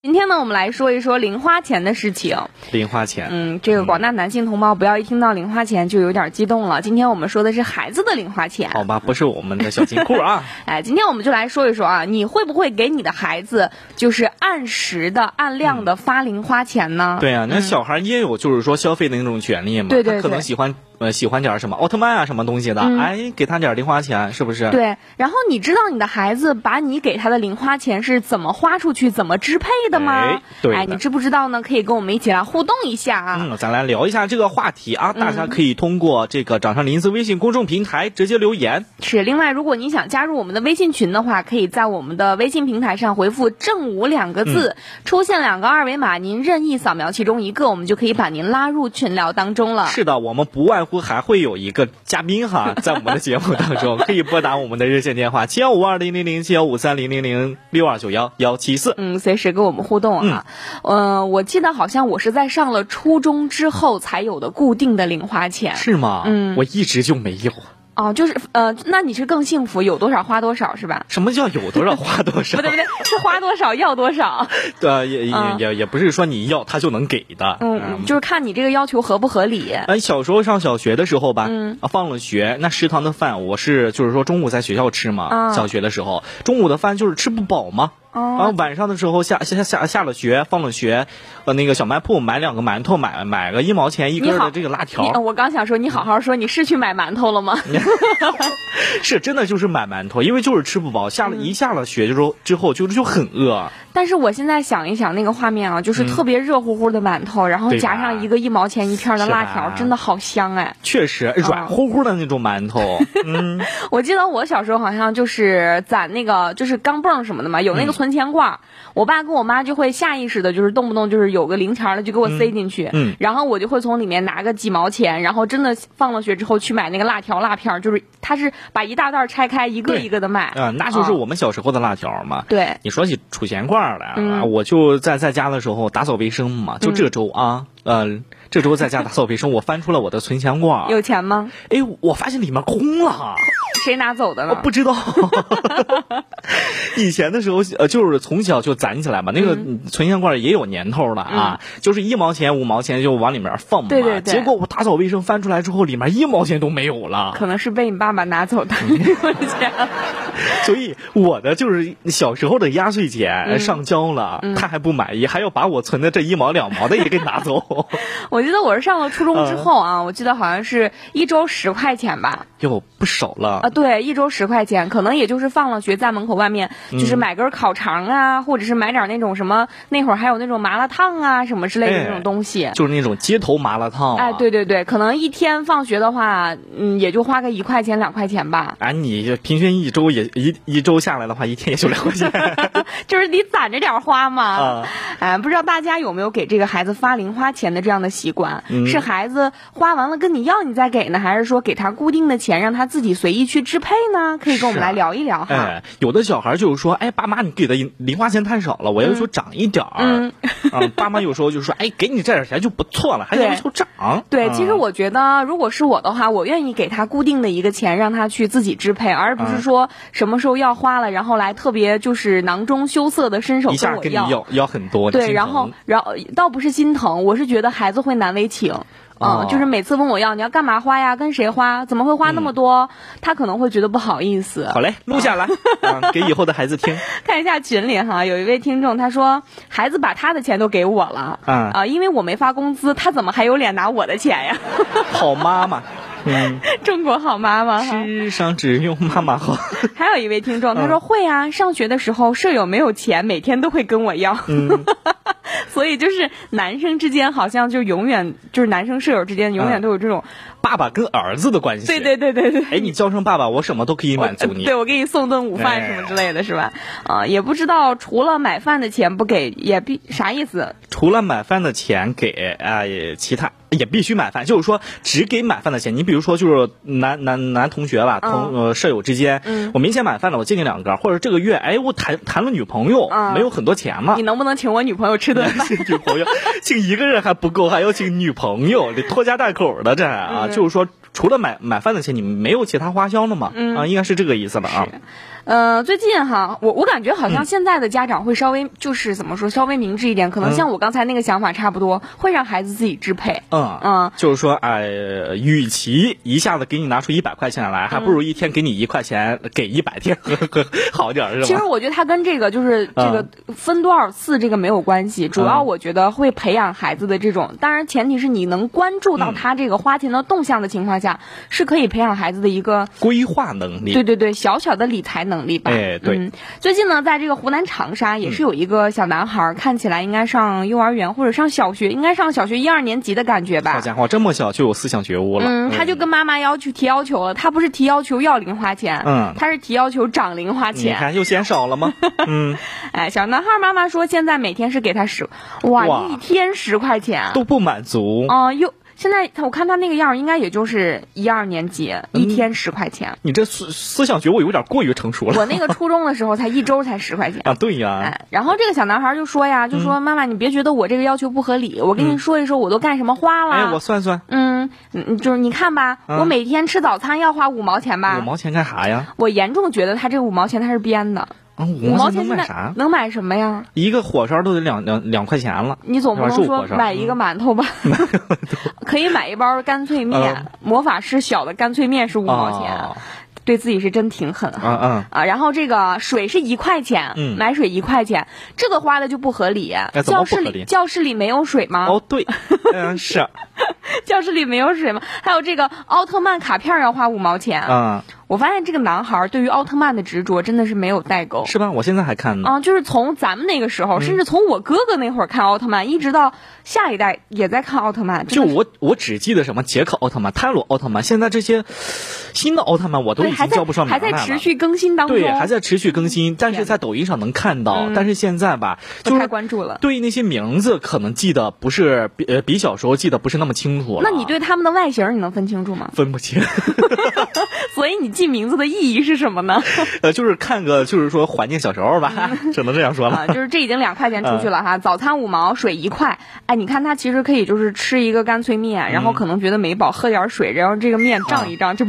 今天呢，我们来说一说零花钱的事情。 零花钱， 这个广大男性同胞不要一听到零花钱就有点激动了。今天我们说的是孩子的零花钱， 好吧，不是我们的小金库啊。 今天我们就来说一说啊，你会不会给你的孩子就是按时的、按量的发零花钱呢？ 对啊，那小孩也有就是说消费的那种权利嘛， 对， 他可能喜欢点什么奥特曼啊什么东西的，给他点零花钱，是不是？ 对，然后你知道你的孩子把你给他的零花钱是怎么花出去、怎么支配的吗？ 对， 你知不知道呢？可以跟我们一起来互动一下啊。 咱来聊一下这个话题啊，大家可以通过这个掌上林子微信公众平台直接留言。 是，另外如果你想加入我们的微信群的话，可以在我们的微信平台上回复正午2个字，出现2个二维码，您任意扫描其中一个，我们就可以把您拉入群聊当中了。 是的，我们不外乎还会有一个嘉宾哈，在我们的节目当中可以拨打我们的热线电话71520007153006291-174， 随时跟我们互动啊。我记得好像我是在上了初中之后才有的固定的零花钱。 是吗？我一直就没有。 哦，就是那你是更幸福，有多少花多少是吧？ 什么叫有多少花多少？ 不对，是花多少要多少。 也不是说你要他就能给的。 就是看你这个要求合不合理。 小时候上小学的时候吧，放了学，那食堂的饭我是就是说中午在学校吃嘛，小学的时候中午的饭就是吃不饱嘛。然后晚上的时候下了学，放了学，那个小卖铺买2个馒头，买个1毛钱1根的这个辣条。 我刚想说你好好说，你是去买馒头了吗？ 是真的就是买馒头，因为就是吃不饱，下了学之后就很饿。 但是我现在想一想那个画面啊，就是特别热乎乎的馒头，然后夹上一个1毛钱1片的辣条，真的好香哎。 确实软乎乎的那种馒头。 我记得我小时候好像就是攒那个就是钢镚什么的嘛，有那个存钱罐，我爸跟我妈就会下意识的就是动不动就是有个零钱了就给我塞进去，然后我就会从里面拿个几毛钱，然后真的放了学之后去买那个辣条辣片，就是他是把一大袋拆开一个一个的卖。 那就是我们小时候的辣条嘛。 对， 你说起储钱罐来，我就在家的时候打扫卫生嘛，就这周啊，这周在家打扫卫生，我翻出了我的存钱罐。 有钱吗？ 我发现里面空了。 谁拿走的呢？ 不知道。以前的时候就是从小就攒起来嘛，那个存钱罐也有年头了啊，就是1毛钱5毛钱就往里面放嘛。 对。 结果我打扫卫生翻出来之后，里面1毛钱都没有了。 可能是被你爸爸拿走的。 所以我的就是小时候的压岁钱上交了，他还不满意，还要把我存的这1毛2毛的也给拿走。 我记得我是上了初中之后啊，我记得好像是1周10块钱吧。 哟，不少了。 对，1周10块钱，可能也就是放了学在门口外面，就是买根烤肠啊，或者是买点那种什么，那会儿还有那种麻辣烫啊什么之类的那种东西， 就是那种街头麻辣烫。 对，可能一天放学的话，也就花个1块钱2块钱吧。 你平均一周也一周下来的话，一天也就2块钱。 就是你攒着点花嘛。不知道大家有没有给这个孩子发零花钱的这样的习惯？是孩子花完了跟你要你再给呢，还是说给他固定的钱让他自己随意去支配呢？可以跟我们来聊一聊哈。 有的小孩就是说，爸妈你给的零花钱太少了，我要求涨一点儿。爸妈有时候就说，给你这点钱就不错了，还要求涨。 对，其实我觉得如果是我的话，我愿意给他固定的一个钱，让他去自己支配，而不是说什么时候要花了，然后来特别就是囊中羞涩的伸手跟我要。 一下跟你要很多。 对，然后倒不是心疼，我是觉得孩子会难为情。就是每次问我要，你要干嘛花呀？跟谁花？怎么会花那么多？他可能会觉得不好意思。 好嘞，录下来，给以后的孩子听。 看一下群里哈，有一位听众他说，孩子把他的钱都给我了，因为我没发工资，他怎么还有脸拿我的钱呀？ 好妈妈。 中国好妈妈， 世上只有妈妈好。 还有一位听众他说，会啊，上学的时候舍友没有钱，每天都会跟我要。所以就是男生之间好像就永远就是男生舍友之间永远都有这种爸爸跟儿子的关系。 对。 你叫声爸爸，我什么都可以满足你。 对，我给你送顿午饭什么之类的，是吧？也不知道除了买饭的钱不给啥意思？ 除了买饭的钱给其他也必须买饭，就是说只给买饭的钱。你比如说就是男同学吧，舍友之间，我明显买饭了，我借你2根，或者这个月我谈了女朋友，没有很多钱嘛， 你能不能请我女朋友吃顿饭？ 女朋友请一个人还不够，还要请女朋友，得拖家带口的就是说除了买饭的钱，你没有其他花销了吗？应该是这个意思了啊。 最近哈，我感觉好像现在的家长会稍微就是怎么说，稍微明智一点，可能像我刚才那个想法差不多，会让孩子自己支配。 就是说，与其一下子给你拿出100块钱来，还不如一天给你1块钱，给100天好点，是吧？ 其实我觉得它跟这个就是这个分多少次这个没有关系，主要我觉得会培养孩子的这种，当然前提是你能关注到他这个花钱的动向的情况下，是可以培养孩子的一个规划能力。 对，小小的理财能力吧。 对。 最近呢，在这个湖南长沙也是有一个小男孩，看起来应该上幼儿园或者上小学，应该上小学1、2年级的感觉吧。 好家伙，这么小就有思想觉悟了。 他就跟妈妈提要求了，他不是提要求要零花钱，他是提要求涨零花钱。 你看又嫌少了吗？ 小男孩妈妈说现在每天是给他哇，一天10块钱都不满足。 现在我看他那个样，应该也就是1、2年级，一天10块钱。 你这思想觉悟有点过于成熟了。 我那个初中的时候才1周才10块钱啊，对呀。 然后这个小男孩就说呀，妈妈，你别觉得我这个要求不合理，我跟你说一说我都干什么花了。 我算算。 就是你看吧，我每天吃早餐要花5毛钱吧。 5毛钱干啥呀？ 我严重觉得他这个5毛钱他是编的。 5毛钱能买啥？ 能买什么呀？ 一个火烧都得2块钱了。 你总不能说买一个馒头吧？可以买一包干脆面，魔法师小的干脆面是5毛钱。对自己是真挺狠然后这个水是1块钱，买水1块钱，这个花的就不合理。教室里没有水吗？ 对，是。 教室里没有水吗？还有这个奥特曼卡片要花5毛钱。我发现这个男孩对于奥特曼的执着真的是没有代沟， 是吧？我现在还看呢。 就是从咱们那个时候，甚至从我哥哥那会儿看奥特曼，一直到下一代也在看奥特曼。 就我只记得什么杰克奥特曼、泰罗奥特曼，现在这些新的奥特曼我都已经叫不上名来了。 还在持续更新当中。 对，还在持续更新，但是在抖音上能看到。但是现在吧， 不太关注了。 对那些名字可能记得不是比小时候记得不是那么清楚了。 那你对他们的外形你能分清楚吗？ 分不清。 所以你记名字的意义是什么呢？ 就是看个，就是说怀念小时候吧，只能这样说了。 就是这已经2块钱出去了哈，早餐5毛，水1块。你看他其实可以就是吃一个干脆面，然后可能觉得没饱，喝点水，然后这个面胀一胀就饱。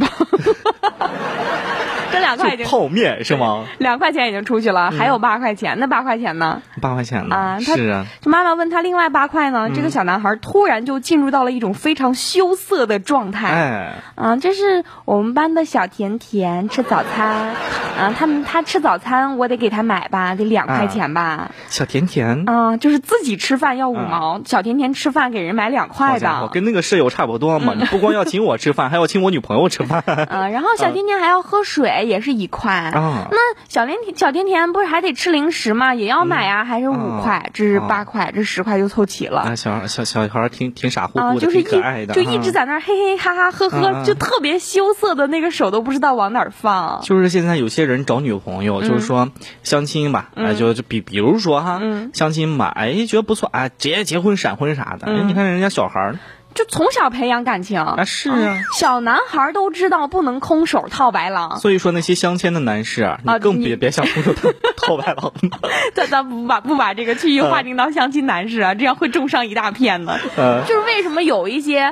这2块已经泡面是吗 ？2块钱已经出去了，还有8块钱，那8块钱呢 ？8块钱呢？是啊。 就妈妈问他另外8块呢，这个小男孩突然就进入到了一种非常羞涩的状态。这是我们班的小甜甜吃早餐，他吃早餐我得给他买吧，得2块钱吧。 小甜甜就是自己吃饭要5毛，小甜甜吃饭给人买2块的。 我跟那个舍友差不多嘛，你不光要请我吃饭，还要请我女朋友吃饭。 然后小甜甜还要喝水，也是1块。那小甜甜不是还得吃零食吗？也要买啊，还是5块，这是8块，这10块就凑齐了。 小孩挺傻乎乎的，挺可爱的， 就一直在那儿嘿嘿哈哈呵呵，就特别羞涩的那个手都不知道往哪儿放。 就是现在有些人找女朋友，就是说相亲吧，就比如说哈，相亲吧，觉得不错，直接结婚闪婚啥的。你看人家小孩就从小培养感情是啊， 小男孩都知道不能空手套白狼。 所以说那些相亲的男士你更别想空手套白狼。 咱不把这个区域划定到相亲男士这样会重伤一大片呢。就是为什么有一些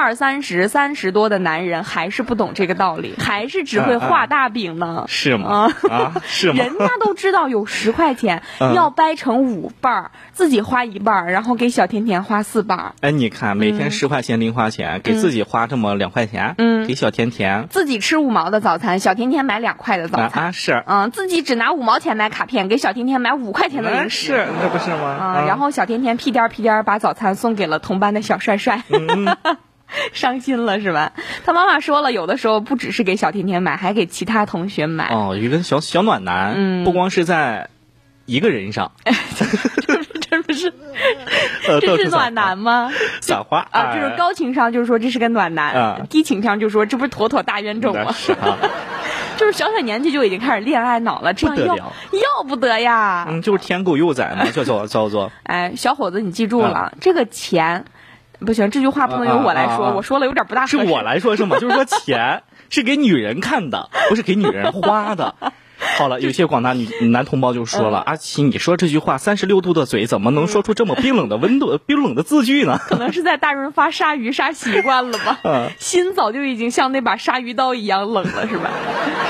30多的男人还是不懂这个道理，还是只会画大饼呢？ 是吗？是吗？ 人家都知道有10块钱要掰成5瓣，自己花1瓣，然后给小甜甜花4瓣。 你看每天10块钱零花钱，给自己花这么2块钱，给小甜甜自己吃5毛的早餐，小甜甜买2块的早餐是自己只拿5毛钱买卡片，给小甜甜买5块钱的零食， 是那不是吗？ 然后小甜甜屁颠把早餐送给了同班的小帅帅。伤心了是吧？他妈妈说了，有的时候不只是给小甜甜买，还给其他同学买。 一个小暖男，不光是在一个人上。 这不是这是暖男吗？ 撒花就是高情商就是说这是个暖男，低情商就说这不是妥妥大冤种吗？就是小年纪就已经开始恋爱脑了，这样要不得呀。 就是天狗幼崽嘛，叫做。 小伙子你记住了，这个钱不行，这句话不能由我来说，我说了有点不大合适。 是我来说是吗？就是说钱是给女人看的，不是给女人花的。好了，有些广大男同胞就说了，阿奇，你说这句话36度的嘴，怎么能说出这么冰冷的字句呢？ 可能是在大润发杀鱼杀习惯了吧，心早就已经像那把鲨鱼刀一样冷了，是吧？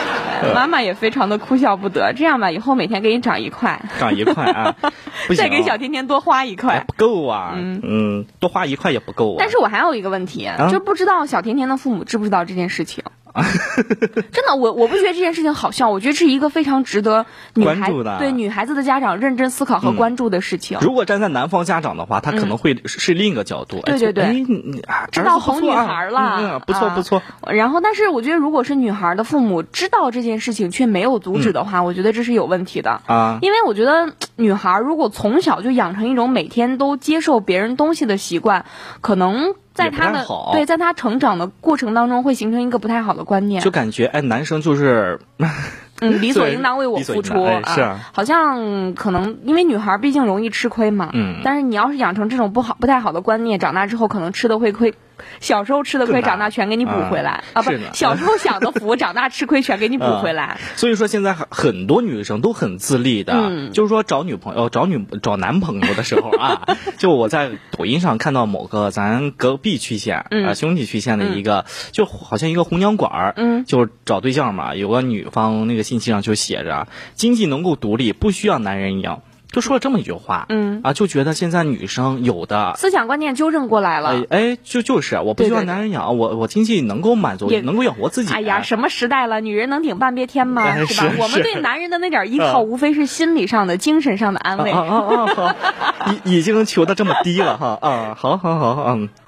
妈妈也非常的哭笑不得。这样吧，以后每天给你涨1块， 涨1块啊，不行， 再给小甜甜多花1块， 不够啊，多花1块也不够啊。 但是我还有一个问题，就不知道小甜甜的父母知不知道这件事情。真的，我不觉得这件事情好笑，我觉得是一个非常值得关注的， 对女孩子的家长认真思考和关注的事情。 如果站在男方家长的话，他可能会是另一个角度。 对对对，知道哄女孩了， 不错不错。 然后，但是我觉得，如果是女孩的父母知道这件事情却没有阻止的话，我觉得这是有问题的啊。因为我觉得女孩如果从小就养成一种每天都接受别人东西的习惯，可能在他成长的过程当中会形成一个不太好的观念， 就感觉男生就是理所应当为我付出是啊， 好像可能因为女孩毕竟容易吃亏嘛，但是你要是养成这种不太好的观念，长大之后可能吃的会亏，小时候吃的亏，长大全给你补回来啊！不，小时候享的福，长大吃亏全给你补回来。 所以说现在很多女生都很自立的，就是说找男朋友的时候啊，就我在抖音上看到某个咱隔壁区县兄弟区县的一个，就好像一个红娘馆就找对象嘛，有个女方那个信息上就写着经济能够独立，不需要男人养。就说了这么一句话，就觉得现在女生有的思想观念纠正过来了， 就是我不需要男人养，我经济能够满足，能够养活自己。 哎呀，什么时代了，女人能顶半边天吗？是吧？我们对男人的那点依靠，无非是心理上的、精神上的安慰。 已经求得这么低了哈好，